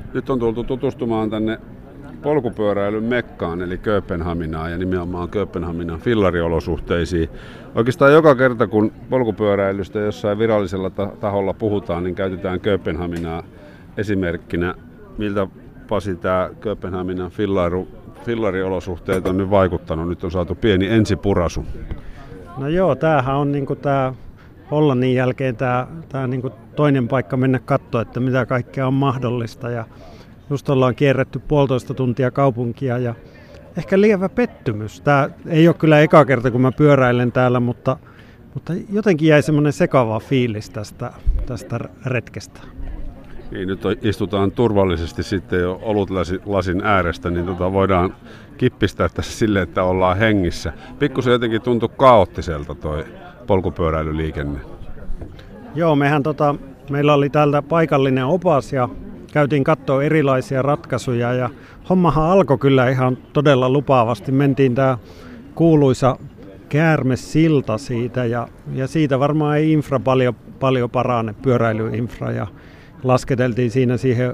Nyt on tultu tutustumaan tänne polkupyöräilyn Mekkaan, eli Kööpenhaminaan, ja nimenomaan Kööpenhaminan fillariolosuhteisiin. Oikeastaan joka kerta, kun polkupyöräilystä jossain virallisella taholla puhutaan, niin käytetään Kööpenhaminaa esimerkkinä. Miltä, Pasi, tämä Kööpenhaminan fillariolosuhteet on nyt vaikuttanut? Nyt on saatu pieni ensipurasu. No joo, tämähän on niinku tämä Hollannin jälkeen tämä niinku toinen paikka mennä katsoa, että mitä kaikkea on mahdollista. Ja just ollaan kierretty 1,5 tuntia kaupunkia ja ehkä lievä pettymys. Tämä ei ole kyllä eka kerta, kun mä pyöräilen täällä, mutta jotenkin jäi semmoinen sekava fiilis tästä retkestä. Niin, nyt istutaan turvallisesti sitten jo olutlasin äärestä, niin voidaan kippistää tässä sille, että ollaan hengissä. Pikkusen jotenkin tuntui kaoottiselta toi polkupyöräilyliikenne. Joo, meillä oli täältä paikallinen opas ja käytiin katsoa erilaisia ratkaisuja ja hommahan alkoi kyllä ihan todella lupaavasti. Mentiin tämä kuuluisa Käärmesilta siitä ja siitä varmaan ei infra paljon parane, pyöräilyinfra, ja lasketeltiin siinä siihen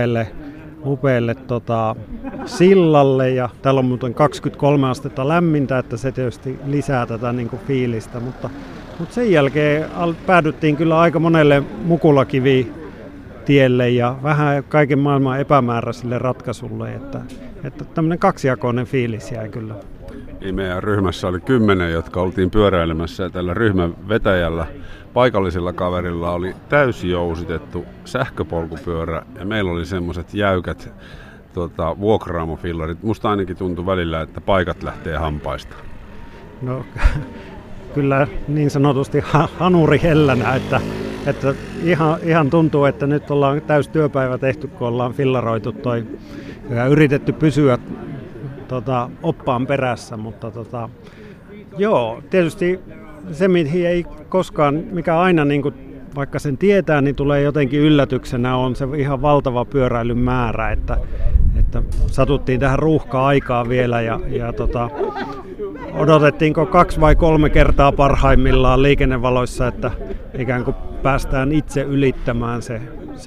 upealle sillalle ja täällä on muuten 23 astetta lämmintä, että se tietysti lisää tätä niin kuin fiilistä, mutta sen jälkeen päädyttiin kyllä aika monelle mukulakivitielle ja vähän kaiken maailman epämääräisille ratkaisulle, että tämmöinen kaksijakoinen fiilis jäi kyllä. Niin, meidän ryhmässä oli 10, jotka oltiin pyöräilemässä, ja tällä ryhmän vetäjällä, paikallisella kaverilla, oli täysjousitettu sähköpolkupyörä ja meillä oli semmoiset jäykät vuokraamofillarit. Musta ainakin tuntui välillä, että paikat lähtee hampaista. No kyllä niin sanotusti hanuri hellänä, että ihan tuntuu, että nyt ollaan täystyöpäivä tehty, kun ollaan fillaroitu ja yritetty pysyä oppaan perässä, mutta joo, tietysti se, mihin ei koskaan, mikä aina niin kuin, vaikka sen tietää, niin tulee jotenkin yllätyksenä, on se ihan valtava pyöräilyn määrä, että satuttiin tähän ruuhka-aikaan vielä ja odotettiinko 2 vai 3 kertaa parhaimmillaan liikennevaloissa, että ikään kuin päästään itse ylittämään se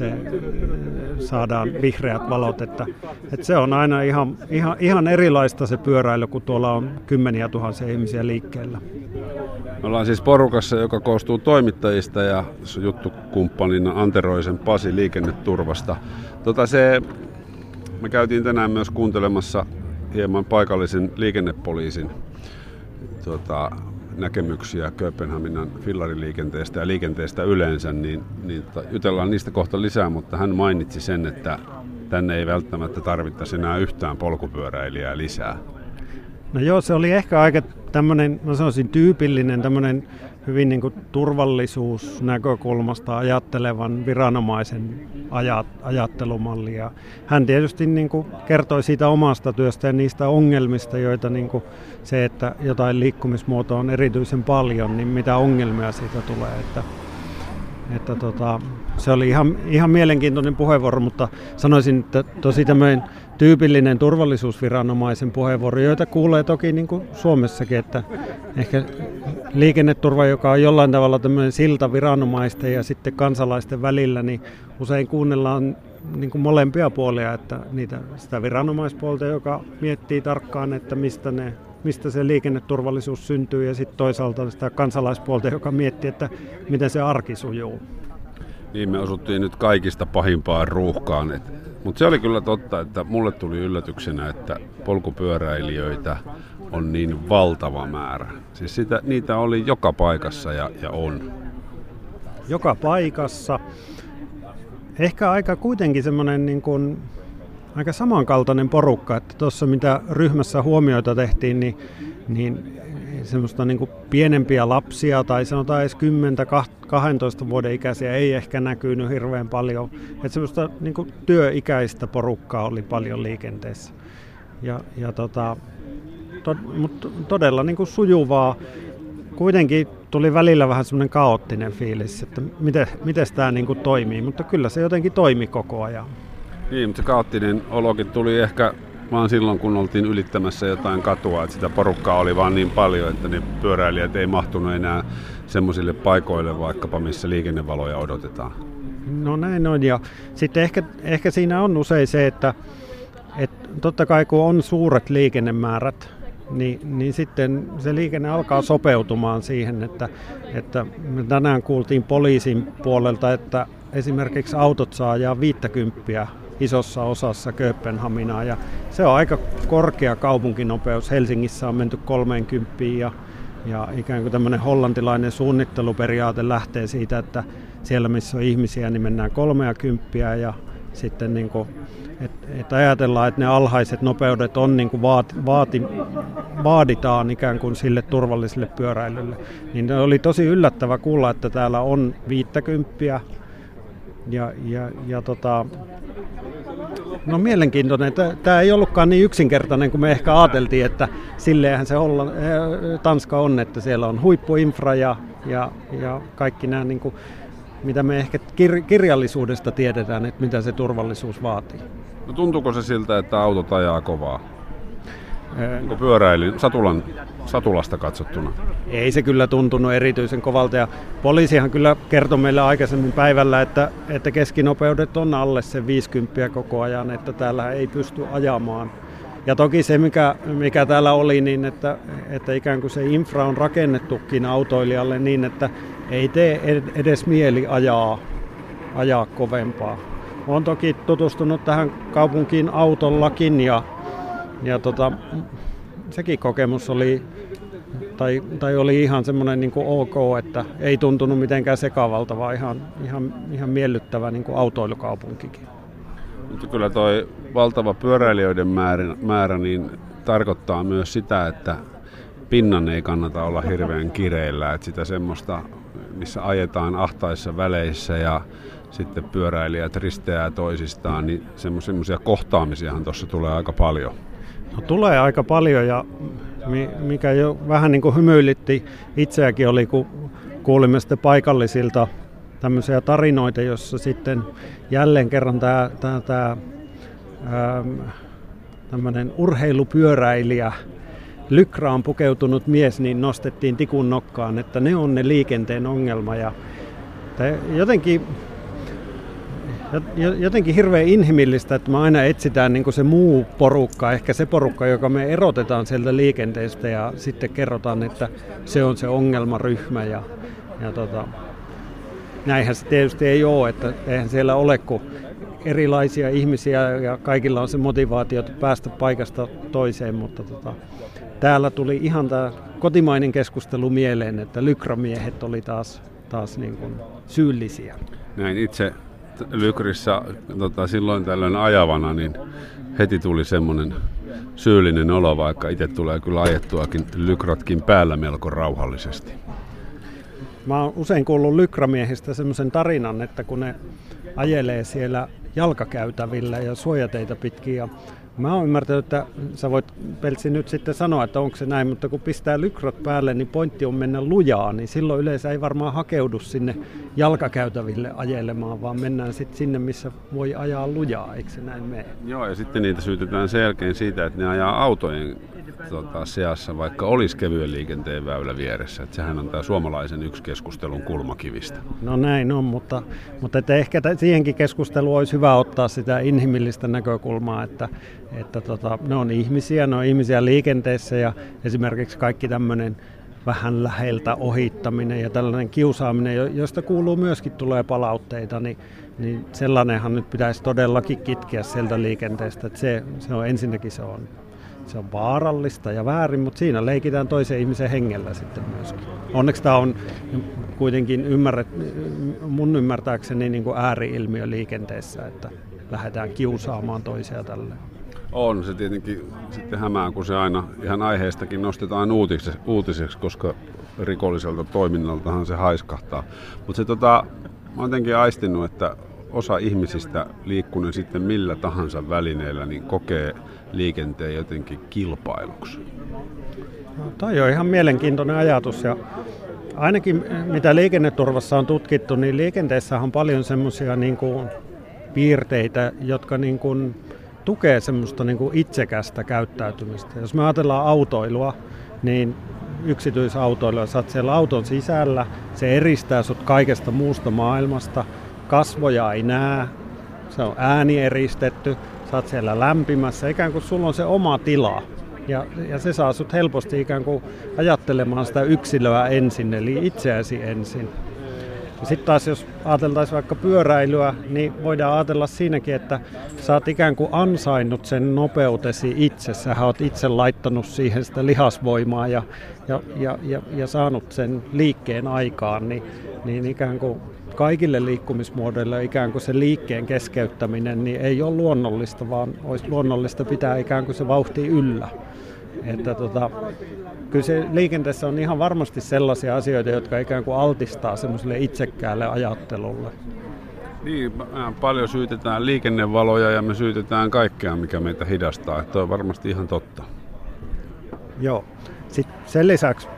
saadaan vihreät valot, että se on aina ihan erilaista se pyöräily, kun tuolla on 10 000 ihmisiä liikkeellä. Me ollaan siis porukassa, joka koostuu toimittajista ja juttukumppanina Anteroisen Pasi liikenneturvasta. Me käytiin tänään myös kuuntelemassa hieman paikallisen liikennepoliisin näkemyksiä Kööpenhaminan fillariliikenteestä ja liikenteestä yleensä, niin jutellaan niistä kohta lisää, mutta hän mainitsi sen, että tänne ei välttämättä tarvittaisi enää yhtään polkupyöräilijää lisää. No joo, se oli ehkä aika tämmöinen, mä sanoisin tyypillinen tämmöinen hyvin niin kuin turvallisuusnäkökulmasta ajattelevan viranomaisen ajattelumalli. Ja hän tietysti niin kuin kertoi siitä omasta työstä ja niistä ongelmista, joita niin kuin se, että jotain liikkumismuotoa on erityisen paljon, niin mitä ongelmia siitä tulee. Se oli ihan mielenkiintoinen puheenvuoro, mutta sanoisin, että tosi tämmöinen tyypillinen turvallisuusviranomaisen puheenvuoro, joita kuulee toki niin kuin Suomessakin, että ehkä liikenneturva, joka on jollain tavalla tämmöinen silta viranomaisten ja sitten kansalaisten välillä, niin usein kuunnellaan niin kuin molempia puolia, että sitä viranomaispuolta, joka miettii tarkkaan, että mistä se liikenneturvallisuus syntyy, ja sitten toisaalta sitä kansalaispuolta, joka miettii, että miten se arki sujuu. Niin, me osuttiin nyt kaikista pahimpaan ruuhkaan. Mutta se oli kyllä totta, että mulle tuli yllätyksenä, että polkupyöräilijöitä on niin valtava määrä. Siis niitä oli joka paikassa ja on. Joka paikassa. Ehkä aika kuitenkin semmoinen niin kuin aika samankaltainen porukka, että tuossa mitä ryhmässä huomioita tehtiin, niin semmoista niin kuin pienempiä lapsia tai sanotaan edes 10-12 vuoden ikäisiä ei ehkä näkynyt hirveän paljon. Että semmoista niin kuin työikäistä porukkaa oli paljon liikenteessä. Mutta todella niin kuin sujuvaa. Kuitenkin tuli välillä vähän semmoinen kaoottinen fiilis, että miten tämä niin kuin toimii, mutta kyllä se jotenkin toimi koko ajan. Niin, mutta se kaoottinen olokin tuli ehkä vaan silloin, kun oltiin ylittämässä jotain katua, että sitä porukkaa oli vaan niin paljon, että ne pyöräilijät ei mahtunut enää semmoisille paikoille vaikkapa, missä liikennevaloja odotetaan. No näin on, ja sitten ehkä siinä on usein se, että totta kai kun on suuret liikennemäärät, niin sitten se liikenne alkaa sopeutumaan siihen, että me tänään kuultiin poliisin puolelta, että esimerkiksi autot saa ajaa 50 isossa osassa Kööpenhaminaa, ja se on aika korkea kaupunkinopeus. Helsingissä on menty 30 ja ikään kuin tämmöinen hollantilainen suunnitteluperiaate lähtee siitä, että siellä missä on ihmisiä, niin mennään 30 ja sitten niin kuin, että ajatellaan, että ne alhaiset nopeudet on niin kuin vaaditaan ikään kuin sille turvalliselle pyöräilylle. Niin oli tosi yllättävä kuulla, että täällä on 50 no mielenkiintoinen. Tämä ei ollutkaan niin yksinkertainen kuin me ehkä ajateltiin, että silleenhän se Tanska on, että siellä on huippuinfra ja kaikki nämä, niin kuin, mitä me ehkä kirjallisuudesta tiedetään, että mitä se turvallisuus vaatii. No tuntuuko se siltä, että autot ajaa kovaa? Onko pyöräily satulasta katsottuna? Ei se kyllä tuntunut erityisen kovalta, ja poliisihan kyllä kertoi meille aikaisemmin päivällä, että keskinopeudet on alle se 50 koko ajan, että täällä ei pysty ajamaan. Ja toki se, mikä täällä oli, niin että ikään kuin se infra on rakennettukin autoilijalle niin, että ei tee edes mieli ajaa kovempaa. Olen toki tutustunut tähän kaupunkiin autollakin ja sekin kokemus oli, tai oli ihan semmoinen niin kuin ok, että ei tuntunut mitenkään sekavalta, vaan ihan miellyttävä niin kuin autoilukaupunkikin. Mutta kyllä toi valtava pyöräilijöiden määrä niin tarkoittaa myös sitä, että pinnan ei kannata olla hirveän kireillä, että sitä semmoista, missä ajetaan ahtaissa väleissä ja sitten pyöräilijät risteää toisistaan, niin semmoisia kohtaamisiahan tuossa tulee aika paljon. No, tulee aika paljon, ja mikä jo vähän niin kuin hymyilytti itseäkin oli, kun kuulimme sitten paikallisilta tämmöisiä tarinoita, jossa sitten jälleen kerran tämä tämmöinen urheilupyöräilijä, lykraan pukeutunut mies, niin nostettiin tikun nokkaan, että ne on ne liikenteen ongelma. Ja jotenkin hirveän inhimillistä, että me aina etsitään niin kuin se muu porukka, ehkä se porukka, joka me erotetaan sieltä liikenteestä, ja sitten kerrotaan, että se on se ongelmaryhmä. Näinhän se tietysti ei ole, että eihän siellä ole kuin erilaisia ihmisiä ja kaikilla on se motivaatio päästä paikasta toiseen, mutta täällä tuli ihan tämä kotimainen keskustelu mieleen, että lykramiehet oli taas niin kuin syyllisiä. Näin itse lykrissä silloin tällöin ajavana, niin heti tuli semmoinen syyllinen olo, vaikka itse tulee kyllä ajettuakin lykratkin päällä melko rauhallisesti. Mä oon usein kuullut lykramiehistä semmoisen tarinan, että kun ne ajelee siellä jalkakäytävillä ja suojateitä pitkin, ja mä oon ymmärtänyt, että sä voit Peltsi nyt sitten sanoa, että onko se näin, mutta kun pistää lykrat päälle, niin pointti on mennä lujaa, niin silloin yleensä ei varmaan hakeudu sinne jalkakäytäville ajelemaan, vaan mennään sitten sinne, missä voi ajaa lujaa, eikö se näin mene? Joo, ja sitten niitä syytetään sen jälkeen siitä, että ne ajaa autojen seassa, vaikka olisi kevyen liikenteen väylä vieressä. Että sehän on tämä suomalaisen yksi keskustelun kulmakivistä. No näin on, mutta että ehkä siihenkin keskusteluun olisi hyvä ottaa sitä inhimillistä näkökulmaa, että ne on ihmisiä liikenteessä, ja esimerkiksi kaikki tämmöinen vähän läheltä ohittaminen ja tällainen kiusaaminen, josta kuuluu myöskin tulee palautteita, niin sellainenhan nyt pitäisi todellakin kitkeä sieltä liikenteestä. Että se on ensinnäkin se on vaarallista ja väärin, mutta siinä leikitään toisen ihmisen hengellä sitten myöskin. Onneksi tämä on kuitenkin mun ymmärtääkseni niin kuin ääri-ilmiö liikenteessä, että lähdetään kiusaamaan toisia tälle. On se tietenkin sitten hämää, kun se aina ihan aiheestakin nostetaan uutiseksi, koska rikolliselta toiminnaltahan se haiskahtaa. Mutta mä oon jotenkin aistinut, että osa ihmisistä liikkunut sitten millä tahansa välineellä, niin kokee liikenteen jotenkin kilpailuksi. No, toi on ihan mielenkiintoinen ajatus, ja ainakin mitä liikenneturvassa on tutkittu, niin liikenteessä on paljon semmoisia niin kuin piirteitä, jotka niin kuin tukee semmoista niin kuin itsekästä käyttäytymistä. Jos me ajatellaan autoilua, niin yksityisautoilua, sä oot siellä auton sisällä, se eristää sut kaikesta muusta maailmasta, kasvoja ei näe, se on ääni eristetty, sä oot siellä lämpimässä, ikään kuin sulla on se oma tila. Ja se saa sut helposti ikään kuin ajattelemaan sitä yksilöä ensin, eli itseäsi ensin. Sitten taas jos ajateltaisiin vaikka pyöräilyä, niin voidaan ajatella siinäkin, että sä oot ikään kuin ansainnut sen nopeutesi itse. Sä oot itse laittanut siihen sitä lihasvoimaa ja saanut sen liikkeen aikaan, niin ikään kuin kaikille liikkumismuodoille ikään kuin se liikkeen keskeyttäminen niin ei ole luonnollista, vaan olisi luonnollista pitää ikään kuin se vauhti yllä. Että kyllä se liikenteessä on ihan varmasti sellaisia asioita, jotka ikään kuin altistaa semmoiselle itsekkäälle ajattelulle. Niin, paljon syytetään liikennevaloja ja me syytetään kaikkea, mikä meitä hidastaa. Että on varmasti ihan totta. Joo. Sitten sen lisäksi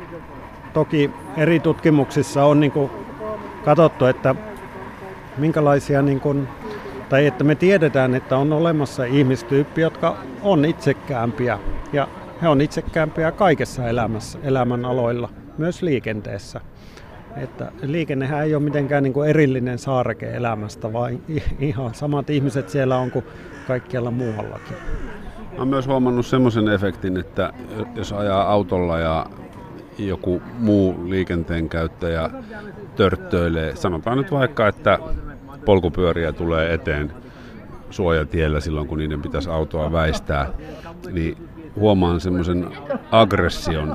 toki eri tutkimuksissa on niin kuin katsottu, että minkälaisia tai että me tiedetään, että on olemassa ihmistyyppi, jotka on itsekkäämpiä ja he on itsekkäämpiä kaikessa elämän aloilla, myös liikenteessä. Että liikennehän ei ole mitenkään erillinen saareke elämästä, vaan ihan samat ihmiset siellä on kuin kaikkialla muuallakin. Olen myös huomannut semmoisen efektin, että jos ajaa autolla ja joku muu liikenteen käyttäjä törttöilee, sanotaan nyt vaikka, että polkupyöriä tulee eteen suojatiellä silloin, kun niiden pitäisi autoa väistää, niin huomaan semmoisen aggression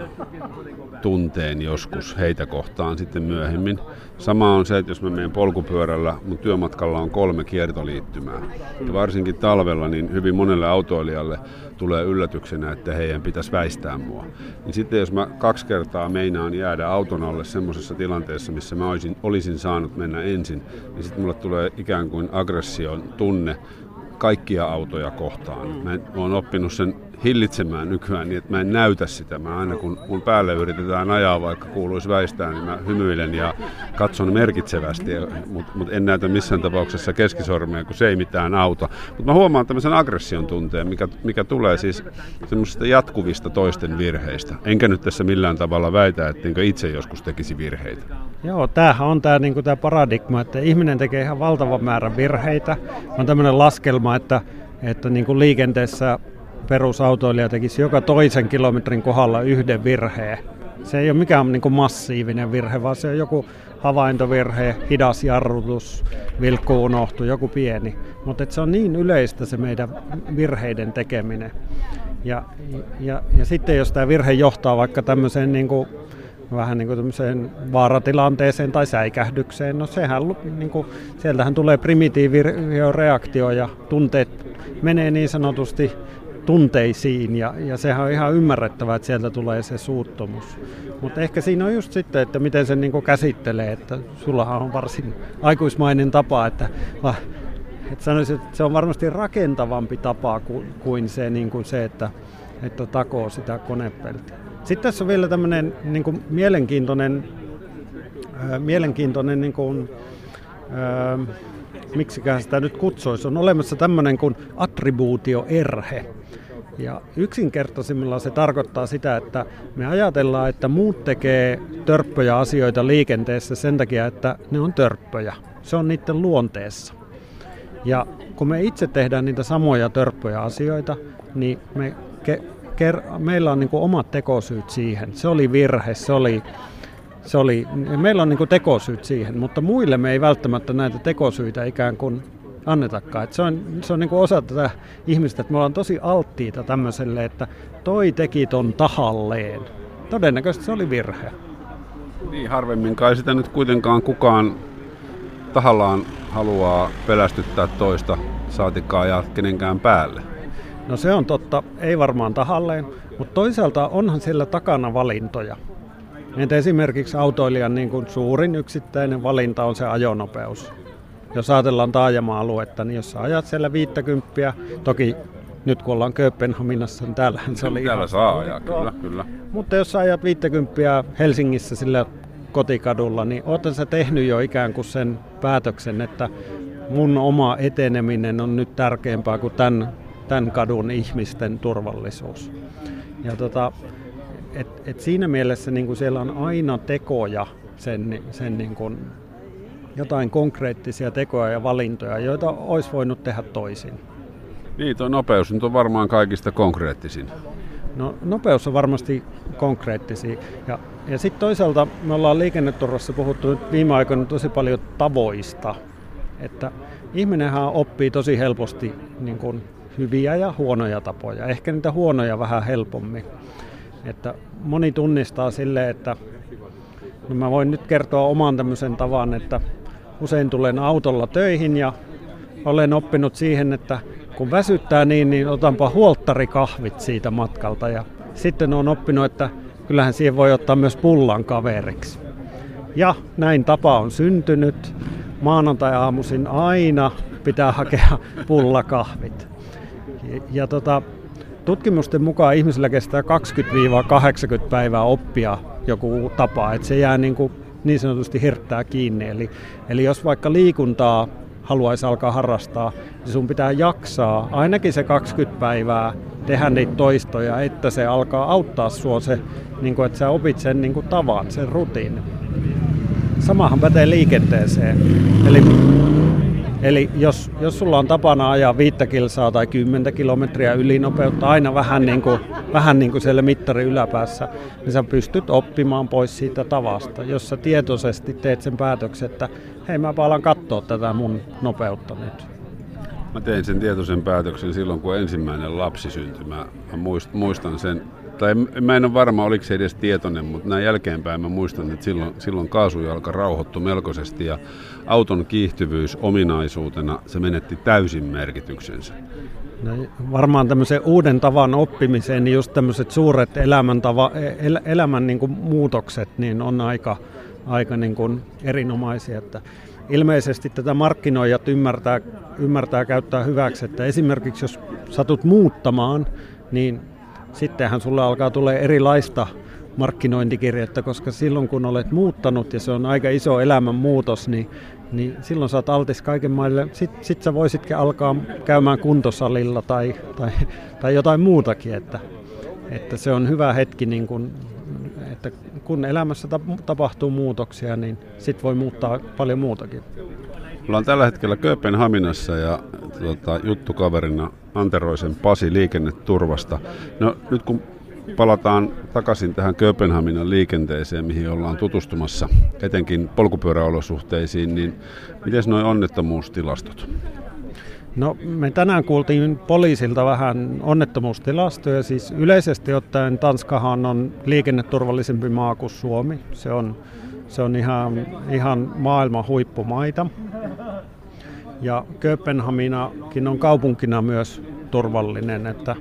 tunteen joskus heitä kohtaan sitten myöhemmin. Sama on se, että jos mä menen polkupyörällä, mun työmatkalla on 3 kiertoliittymää. Ja varsinkin talvella niin hyvin monelle autoilijalle tulee yllätyksenä, että heidän pitäisi väistää mua. Niin sitten jos mä 2 kertaa meinaan jäädä auton alle semmoisessa tilanteessa, missä mä olisin saanut mennä ensin, niin sitten mulle tulee ikään kuin aggression tunne kaikkia autoja kohtaan. Mä oon oppinut sen hillitsemään nykyään niin, että mä en näytä sitä. Mä aina kun mun päälle yritetään ajaa, vaikka kuuluisi väistää, niin mä hymyilen ja katson merkitsevästi, mutta en näytä missään tapauksessa keskisormea, kun se ei mitään auta. Mutta mä huomaan tämmöisen aggression tunteen, mikä tulee siis semmoisista jatkuvista toisten virheistä. Enkä nyt tässä millään tavalla väitä, ettenkö itse joskus tekisi virheitä. Joo, tämähän on tämä paradigma, että ihminen tekee ihan valtavan määrän virheitä. On tämmöinen laskelma, että liikenteessä perusautoilija tekisi joka toisen kilometrin kohdalla yhden virheen. Se ei ole mikään massiivinen virhe, vaan se on joku havaintovirhe, hidas jarrutus, vilkku unohtui, joku pieni. Mutta se on niin yleistä se meidän virheiden tekeminen. Ja sitten jos tämä virhe johtaa vaikka tämmöiseen vähän tämmöiseen vaaratilanteeseen tai säikähdykseen, no sehän sieltähän tulee primitiivireaktio ja tunteet menee niin sanotusti tunteisiin ja sehän on ihan ymmärrettävää, että sieltä tulee se suuttumus. Mutta ehkä siinä on just sitten, että miten se käsittelee, että sullahan on varsin aikuismainen tapa, että sanoisin, että se on varmasti rakentavampi tapa kuin se että takoo sitä konepeltiä. Sitten tässä on vielä tämmöinen mielenkiintoinen miksiköhän sitä nyt kutsuisi, on olemassa tämmöinen kuin attribuutioerhe. Ja yksinkertaisimmillaan se tarkoittaa sitä, että me ajatellaan, että muut tekee törppöjä asioita liikenteessä sen takia, että ne on törppöjä. Se on niiden luonteessa. Ja kun me itse tehdään niitä samoja törppöjä asioita, niin meillä on omat tekosyyt siihen. Se oli virhe, meillä on tekosyyt siihen, mutta muille me ei välttämättä näitä tekosyitä ikään kuin annetakaan. Että se on osa tätä ihmistä, että me ollaan tosi alttiita tämmöiselle, että toi teki ton tahalleen. Todennäköisesti se oli virhe. Niin, harvemmin kai sitä nyt kuitenkaan kukaan tahallaan haluaa pelästyttää toista, saatikaan ja kenenkään päälle. No se on totta, ei varmaan tahalleen, mutta toisaalta onhan siellä takana valintoja. Entä esimerkiksi autoilijan suurin yksittäinen valinta on se ajonopeus. Jos ajatellaan taajama-aluetta, niin jos sä ajat siellä 50, toki nyt kun ollaan Kööpenhaminassa, niin täällähän se oli täällä saa ajaa, kyllä. Mutta jos sä ajat 50 Helsingissä sillä kotikadulla, niin oothan sä tehnyt jo ikään kuin sen päätöksen, että mun oma eteneminen on nyt tärkeämpää kuin tämän kadun ihmisten turvallisuus. Ja siinä mielessä siellä on aina tekoja sen jotain konkreettisia tekoja ja valintoja, joita olisi voinut tehdä toisin. Niin, tuo nopeus nyt on varmaan kaikista konkreettisin. No, nopeus on varmasti konkreettisia. Ja sitten toisaalta me ollaan liikenneturvassa puhuttu nyt viime aikoina tosi paljon tavoista. Että ihminenhän oppii tosi helposti niin kuin hyviä ja huonoja tapoja. Ehkä niitä huonoja vähän helpommin. Että moni tunnistaa silleen, että no mä voin nyt kertoa oman tämmöisen tavan, että usein tulen autolla töihin ja olen oppinut siihen, että kun väsyttää niin otanpa huolttarikahvit siitä matkalta. Ja sitten olen oppinut, että kyllähän siihen voi ottaa myös pullan kaveriksi. Ja näin tapa on syntynyt. Maanantai-aamuisin aina pitää hakea pullakahvit. Ja tutkimusten mukaan ihmisillä kestää 20-80 päivää oppia joku tapa, että se jää niin sanotusti hirttää kiinni. Eli jos vaikka liikuntaa haluaisi alkaa harrastaa, niin sun pitää jaksaa ainakin se 20 päivää tehdä niitä toistoja, että se alkaa auttaa sua se, että sä opit sen tavan, sen rutiinin. Samahan pätee liikenteeseen. Eli jos sulla on tapana ajaa 5 kilsaa tai 10 kilometriä ylinopeutta aina vähän niin kuin siellä mittarin yläpäässä, niin sä pystyt oppimaan pois siitä tavasta, jos sä tietoisesti teet sen päätöksen, että hei, mä alan katsoa tätä mun nopeutta nyt. Mä tein sen tietoisen päätöksen silloin, kun ensimmäinen lapsi syntyi. Mä muistan sen, tai mä en ole varma, oliko se edes tietoinen, mutta näin jälkeenpäin mä muistan, että silloin kaasujalka rauhoittui melkoisesti ja auton kiihtyvyys ominaisuutena se menetti täysin merkityksensä. No, varmaan tämmöisen uuden tavan oppimiseen, niin just tämmöiset suuret elämän muutokset niin on aika erinomaisia. Että ilmeisesti tätä markkinoijat ymmärtää käyttää hyväksi, että esimerkiksi jos satut muuttamaan, niin sittenhän sulle alkaa tulla erilaista markkinointikirjettä, koska silloin kun olet muuttanut ja se on aika iso elämänmuutos, niin silloin sä oot altis kaiken maille. Sit sä voisitkin alkaa käymään kuntosalilla tai jotain muutakin, että se on hyvä hetki, että kun elämässä tapahtuu muutoksia, niin sit voi muuttaa paljon muutakin. Ollaan tällä hetkellä Kööpenhaminassa ja juttukaverina Anteroisen Pasi liikenneturvasta. No nyt kun palataan takaisin tähän Kööpenhaminan liikenteeseen, mihin ollaan tutustumassa etenkin polkupyöräolosuhteisiin, niin miten nuo onnettomuustilastot? No me tänään kuultiin poliisilta vähän onnettomuustilastoja. Siis yleisesti ottaen Tanskahan on liikenneturvallisempi maa kuin Suomi. Se on ihan maailman huippumaita. Ja Kööpenhaminakin on kaupunkina myös turvallinen, että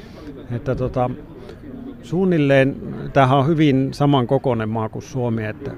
suunnilleen tämähän on hyvin samankokoinen maa kuin Suomi, että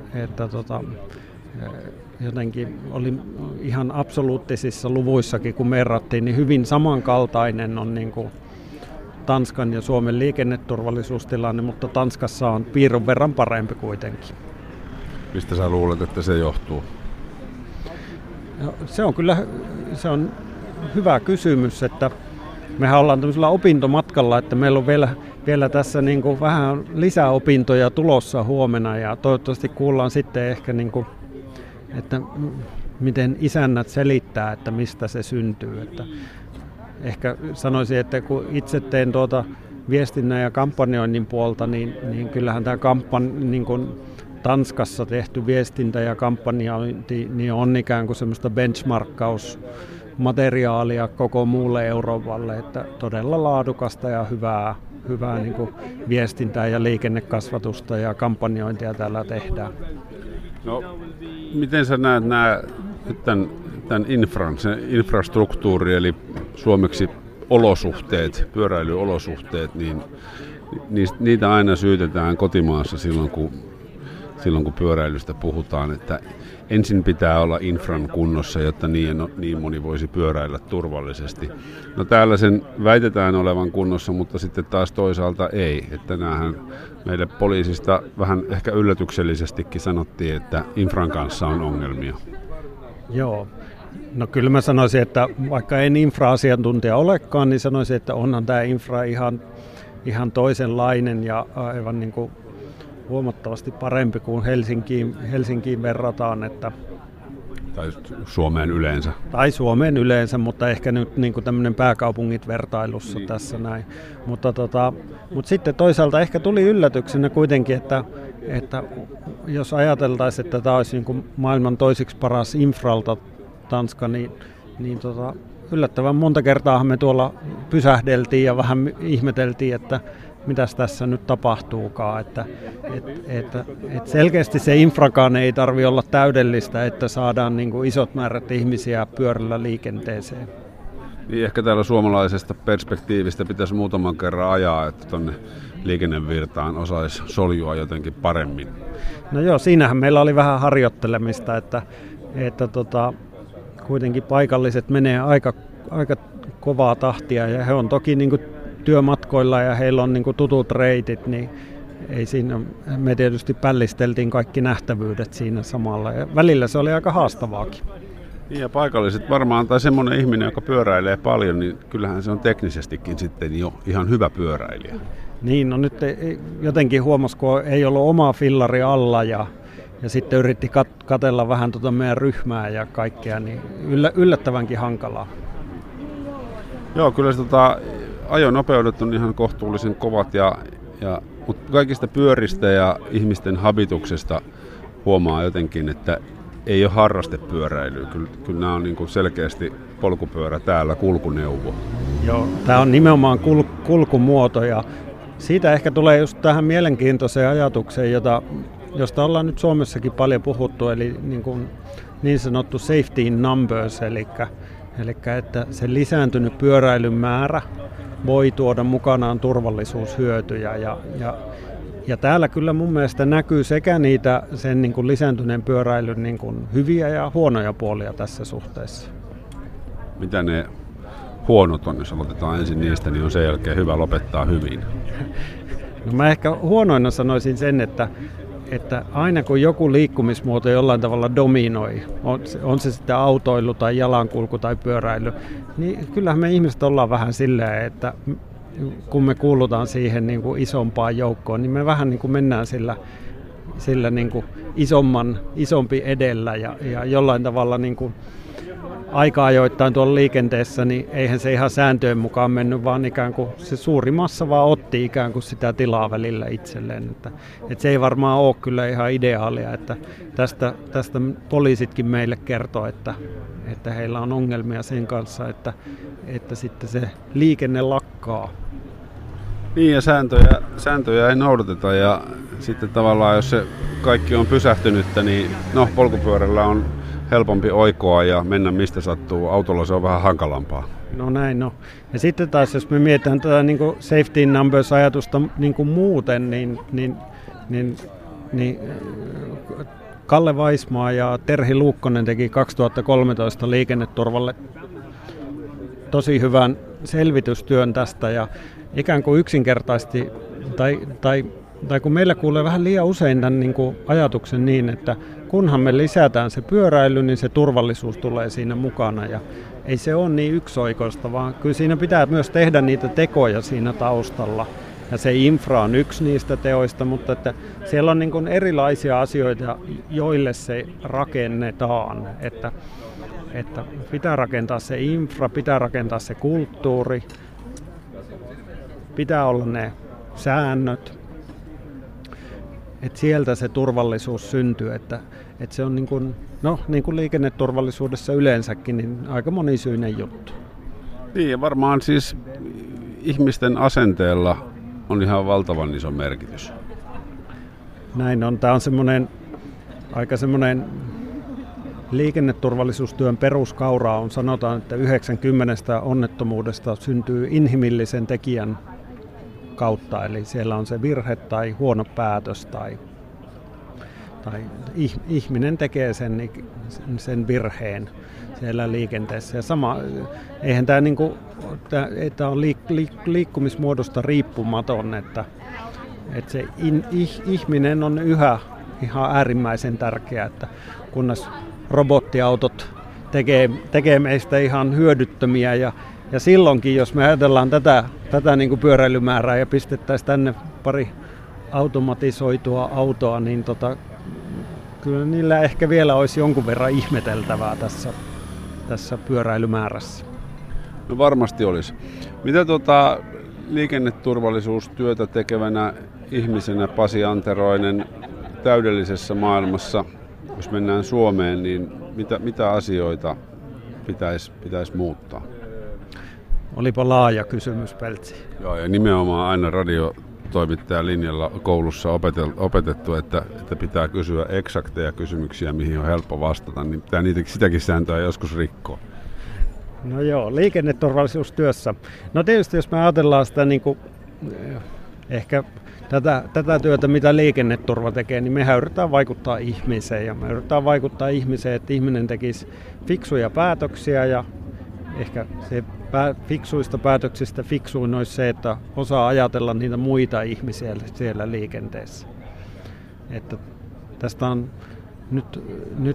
jotenkin oli ihan absoluuttisissa luvuissakin, kun verrattiin, niin hyvin samankaltainen on Tanskan ja Suomen liikenneturvallisuustilanne, mutta Tanskassa on piirun verran parempi kuitenkin. Mistä sä luulet, että se johtuu? No, se on hyvä kysymys, että mehän ollaan tämmöisellä opintomatkalla, että meillä on vielä tässä vähän lisää opintoja tulossa huomenna ja toivottavasti kuullaan sitten ehkä että miten isännät selittää, että mistä se syntyy. Että ehkä sanoisin, että kun itse teen viestinnän ja kampanjoinnin puolta, niin kyllähän tämä Tanskassa tehty viestintä ja kampanjointi niin on ikään kuin semmoista benchmarkkausmateriaalia koko muulle Euroopalle, että todella laadukasta ja hyvää viestintää ja liikennekasvatusta ja kampanjointia täällä tehdään. No, miten sä näet tämän infrastruktuuri, eli suomeksi olosuhteet, pyöräilyolosuhteet, niin niitä aina syytetään kotimaassa silloin kun pyöräilystä puhutaan, että ensin pitää olla infran kunnossa, jotta niin moni voisi pyöräillä turvallisesti. No täällä sen väitetään olevan kunnossa, mutta sitten taas toisaalta ei. Että näähän meille poliisista vähän ehkä yllätyksellisestikin sanottiin, että infran kanssa on ongelmia. Joo. No kyllä mä sanoisin, että vaikka en infra-asiantuntija olekaan, niin sanoisin, että onhan tämä infra ihan toisenlainen ja aivan huomattavasti parempi kuin Helsinkiin verrataan. Että Tai Suomeen yleensä. Tai Suomeen yleensä, mutta ehkä nyt niin kuin tämmöinen pääkaupungit vertailussa tässä näin. Mutta sitten toisaalta ehkä tuli yllätyksenä kuitenkin, että jos ajateltaisiin, että tämä olisi niin kuin maailman toiseksi paras infralta Tanska, niin yllättävän monta kertaa me tuolla pysähdeltiin ja vähän ihmeteltiin, että mitäs tässä nyt tapahtuukaan. Että selkeästi se infrakaan ei tarvitse olla täydellistä, että saadaan niin kuin isot määrät ihmisiä pyörällä liikenteeseen. Niin ehkä täällä suomalaisesta perspektiivistä pitäisi muutaman kerran ajaa, että tuonne liikennevirtaan osaisi soljua jotenkin paremmin. No joo, siinähän meillä oli vähän harjoittelemista, että kuitenkin paikalliset menee aika kovaa tahtia ja he on toki niin kuin työmatkoilla ja heillä on niin kuin tutut reitit, niin ei siinä, me tietysti pällisteltiin kaikki nähtävyydet siinä samalla ja välillä se oli aika haastavaakin. Ja paikalliset varmaan, tai semmoinen ihminen, joka pyöräilee paljon, niin kyllähän se on teknisestikin sitten jo ihan hyvä pyöräilijä. Niin, no nyt jotenkin huomasi, kun ei ollut omaa fillari alla ja sitten yritti katsella vähän meidän ryhmää ja kaikkea, niin yllättävänkin hankalaa. Joo, kyllä se ajonopeudet on ihan kohtuullisen kovat, mutta kaikista pyöristä ja ihmisten habituksesta huomaa jotenkin, että ei ole harrastepyöräilyä. Kyllä nämä on niin kuin selkeästi polkupyörä täällä, kulkuneuvo. Joo, tämä on nimenomaan kulkumuoto ja siitä ehkä tulee just tähän mielenkiintoiseen ajatukseen, josta ollaan nyt Suomessakin paljon puhuttu, eli niin sanottu safety in numbers, eli että se lisääntynyt pyöräilyn määrä voi tuoda mukanaan turvallisuushyötyjä. Ja täällä kyllä mun mielestä näkyy sekä niitä sen niin kuin lisääntyneen pyöräilyn niin kuin hyviä ja huonoja puolia tässä suhteessa. Mitä ne huonot on, jos aloitetaan ensin niistä, niin on sen jälkeen hyvä lopettaa hyvin? No mä ehkä huonoina sanoisin sen, että aina kun joku liikkumismuoto jollain tavalla dominoi, on se sitten autoilu tai jalankulku tai pyöräily, niin kyllähän me ihmiset ollaan vähän silleen, että kun me kuulutaan siihen niin kuin isompaan joukkoon, niin me vähän niin kuin mennään sillä niin kuin isompi edellä ja jollain tavalla niin kuin aika-ajoittain tuolla liikenteessä, niin eihän se ihan sääntöjen mukaan mennyt, vaan ikään kuin se suuri massa vaan otti ikään kuin sitä tilaa välillä itselleen. Että se ei varmaan ole kyllä ihan ideaalia, että tästä poliisitkin meille kertoo, että heillä on ongelmia sen kanssa, että sitten se liikenne lakkaa. Niin ja sääntöjä ei noudateta ja sitten tavallaan jos se kaikki on pysähtynyttä, niin polkupyörällä on helpompi oikoa ja mennä mistä sattuu. Autolla se on vähän hankalampaa. No näin no. Ja sitten taas jos me mietitään tätä niin kuin safety in numbers -ajatusta niin kuin muuten, niin Kalle Vaismaa ja Terhi Luukkonen teki 2013 liikenneturvalle tosi hyvän selvitystyön tästä ja ikään kuin yksinkertaisesti tai kun meillä kuulee vähän liian usein tämän niin kuin ajatuksen niin, että kunhan me lisätään se pyöräily, niin se turvallisuus tulee siinä mukana. Ja ei se ole niin yksioikoista, vaan kyllä siinä pitää myös tehdä niitä tekoja siinä taustalla. Ja se infra on yksi niistä teoista, mutta että siellä on niin kuin erilaisia asioita, joille se rakennetaan. Että pitää rakentaa se infra, pitää rakentaa se kulttuuri, pitää olla ne säännöt. Että sieltä se turvallisuus syntyy, että se on niin kuin liikenneturvallisuudessa yleensäkin niin aika monisyinen juttu. Niin ja varmaan siis ihmisten asenteella on ihan valtavan iso merkitys. Näin on. Tämä on aika semmoinen liikenneturvallisuustyön peruskaura on, sanotaan, että 90 onnettomuudesta syntyy inhimillisen tekijän kautta, eli siellä on se virhe tai huono päätös tai ihminen tekee sen virheen siellä liikenteessä. Ja eihän tämä tämä on liikkumismuodosta riippumaton, että se ihminen on yhä ihan äärimmäisen tärkeää, että kunnes robottiautot tekee meistä ihan hyödyttömiä ja silloinkin, jos me ajatellaan tätä niin kuin pyöräilymäärää ja pistettäisiin tänne pari automatisoitua autoa, niin kyllä niillä ehkä vielä olisi jonkun verran ihmeteltävää tässä pyöräilymäärässä. No varmasti olisi. Mitä liikenneturvallisuustyötä tekevänä ihmisenä Pasi Anteroinen täydellisessä maailmassa, jos mennään Suomeen, niin mitä asioita pitäisi muuttaa? Olipa laaja kysymys, Peltsi. Joo, ja nimenomaan aina radiotoimittajan linjalla koulussa opetettu, että pitää kysyä eksakteja kysymyksiä, mihin on helppo vastata, niin pitää sitäkin sääntöä joskus rikkoa. No joo, liikenneturvallisuustyössä. No tietysti jos me ajatellaan sitä niin kuin, ehkä tätä työtä, mitä liikenneturva tekee, niin mehän yritetään vaikuttaa ihmiseen. Ja me yritetään vaikuttaa ihmiseen, että ihminen tekisi fiksuja päätöksiä ja ehkä se fiksuista päätöksistä fiksuin olisi se, että osaa ajatella niitä muita ihmisiä siellä liikenteessä. Että tästä on nyt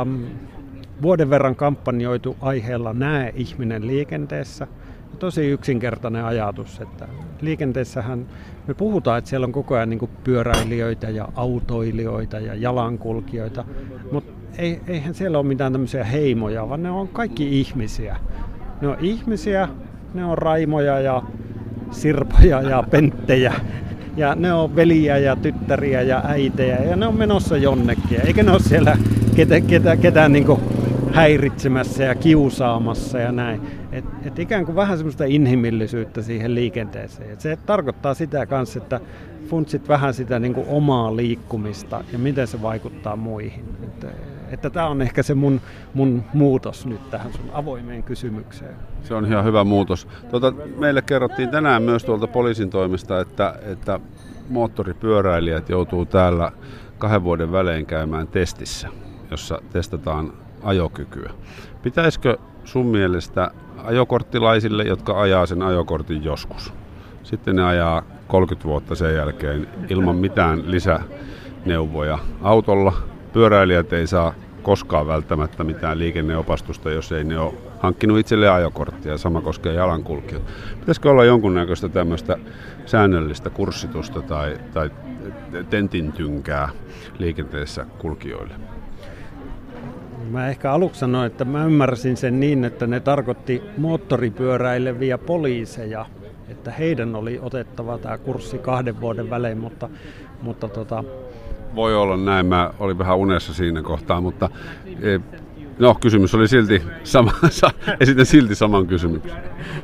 vuoden verran kampanjoitu aiheella Näe ihminen liikenteessä. Ja tosi yksinkertainen ajatus, että liikenteessähän me puhutaan, että siellä on koko ajan niin kuin pyöräilijöitä ja autoilijoita ja jalankulkijoita, mutta eihän siellä ole mitään tämmöisiä heimoja, vaan ne on kaikki ihmisiä. Ne on ihmisiä, ne on Raimoja ja Sirpoja ja Penttejä. Ja ne on veliä ja tyttäriä ja äitejä ja ne on menossa jonnekin. Eikä ne ole siellä ketään niin kuin häiritsemässä ja kiusaamassa ja näin. Et ikään kuin vähän semmoista inhimillisyyttä siihen liikenteeseen. Et se tarkoittaa sitä kanssa, että funtsit vähän sitä niin kuin omaa liikkumista ja miten se vaikuttaa muihin. Että tämä on ehkä se mun muutos nyt tähän sun avoimeen kysymykseen. Se on ihan hyvä muutos. Meille kerrottiin tänään myös tuolta poliisin toimesta, että moottoripyöräilijät joutuu täällä 2 vuoden välein käymään testissä, jossa testataan ajokykyä. Pitäisikö sun mielestä ajokorttilaisille, jotka ajaa sen ajokortin joskus, sitten ne ajaa 30 vuotta sen jälkeen ilman mitään lisäneuvoja autolla? Pyöräilijät ei saa koskaan välttämättä mitään liikenneopastusta, jos ei ne ole hankkinut itselleen ajokorttia. Sama koskee jalankulkijoita. Pitäisikö olla jonkunnäköistä tämmöistä säännöllistä kurssitusta tai tentintynkää liikenteessä kulkijoille? Mä ehkä aluksi sanoin, että mä ymmärsin sen niin, että ne tarkoitti moottoripyöräileviä poliiseja, että heidän oli otettava tämä kurssi 2 vuoden välein, mutta voi olla näin, mä olin vähän unessa siinä kohtaa, mutta kysymys oli silti sama, esitän silti saman kysymyksen.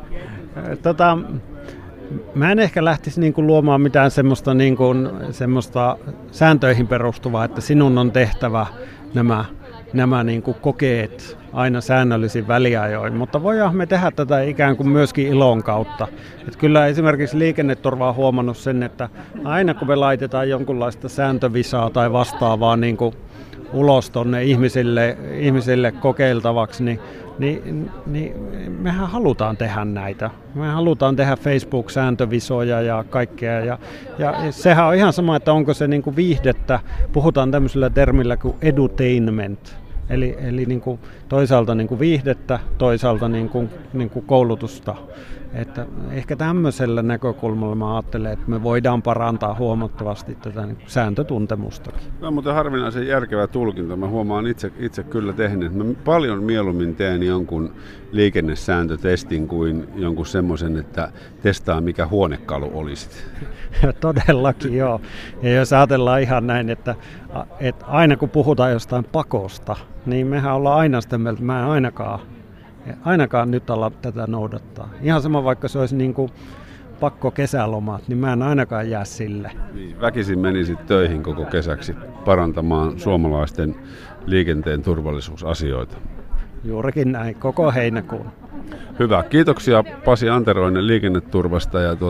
Mä en ehkä lähtisi niin kuin luomaan mitään semmoista sääntöihin perustuvaa, että sinun on tehtävä nämä niin kuin kokeet aina säännöllisin väliajoin, mutta voidaan me tehdä tätä ikään kuin myöskin ilon kautta. Että kyllä esimerkiksi liikenneturva on huomannut sen, että aina kun me laitetaan jonkunlaista sääntövisaa tai vastaavaa niin kuin ulos tuonne ihmisille kokeiltavaksi, niin mehän halutaan tehdä näitä. Me halutaan tehdä Facebook-sääntövisoja ja kaikkea. Ja sehän on ihan sama, että onko se niin kuin viihdettä, puhutaan tämmöisellä termillä kuin edutainment. Eli niin kuin toisaalta niin kuin viihdettä, toisaalta niin kuin koulutusta. Että ehkä tämmöisellä näkökulmalla mä ajattelen, että me voidaan parantaa huomattavasti tätä niin kuin sääntötuntemustakin. No, mutta harvinaisen järkevä tulkinta. Mä huomaan itse kyllä tehnyt. Mä paljon mieluummin teen jonkun liikennesääntötestin kuin jonkun semmoisen, että testaa mikä huonekalu olisit. Todellakin joo. Ja jos ajatellaan ihan näin, että aina kun puhutaan jostain pakosta, niin mehän ollaan aina sitä mieltä, että mä en ainakaan nyt ala tätä noudattaa. Ihan sama vaikka se olisi niin kuin pakko kesälomat, niin mä en ainakaan jää sille. Väkisin menisit töihin koko kesäksi parantamaan suomalaisten liikenteen turvallisuusasioita. Juurikin näin, koko heinäkuun. Hyvä. Kiitoksia Pasi Anteroinen liikenneturvasta ja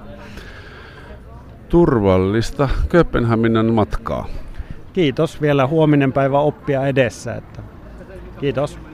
turvallista Kööpenhaminan matkaa. Kiitos. Vielä huominen päivä oppia edessä. Kiitos.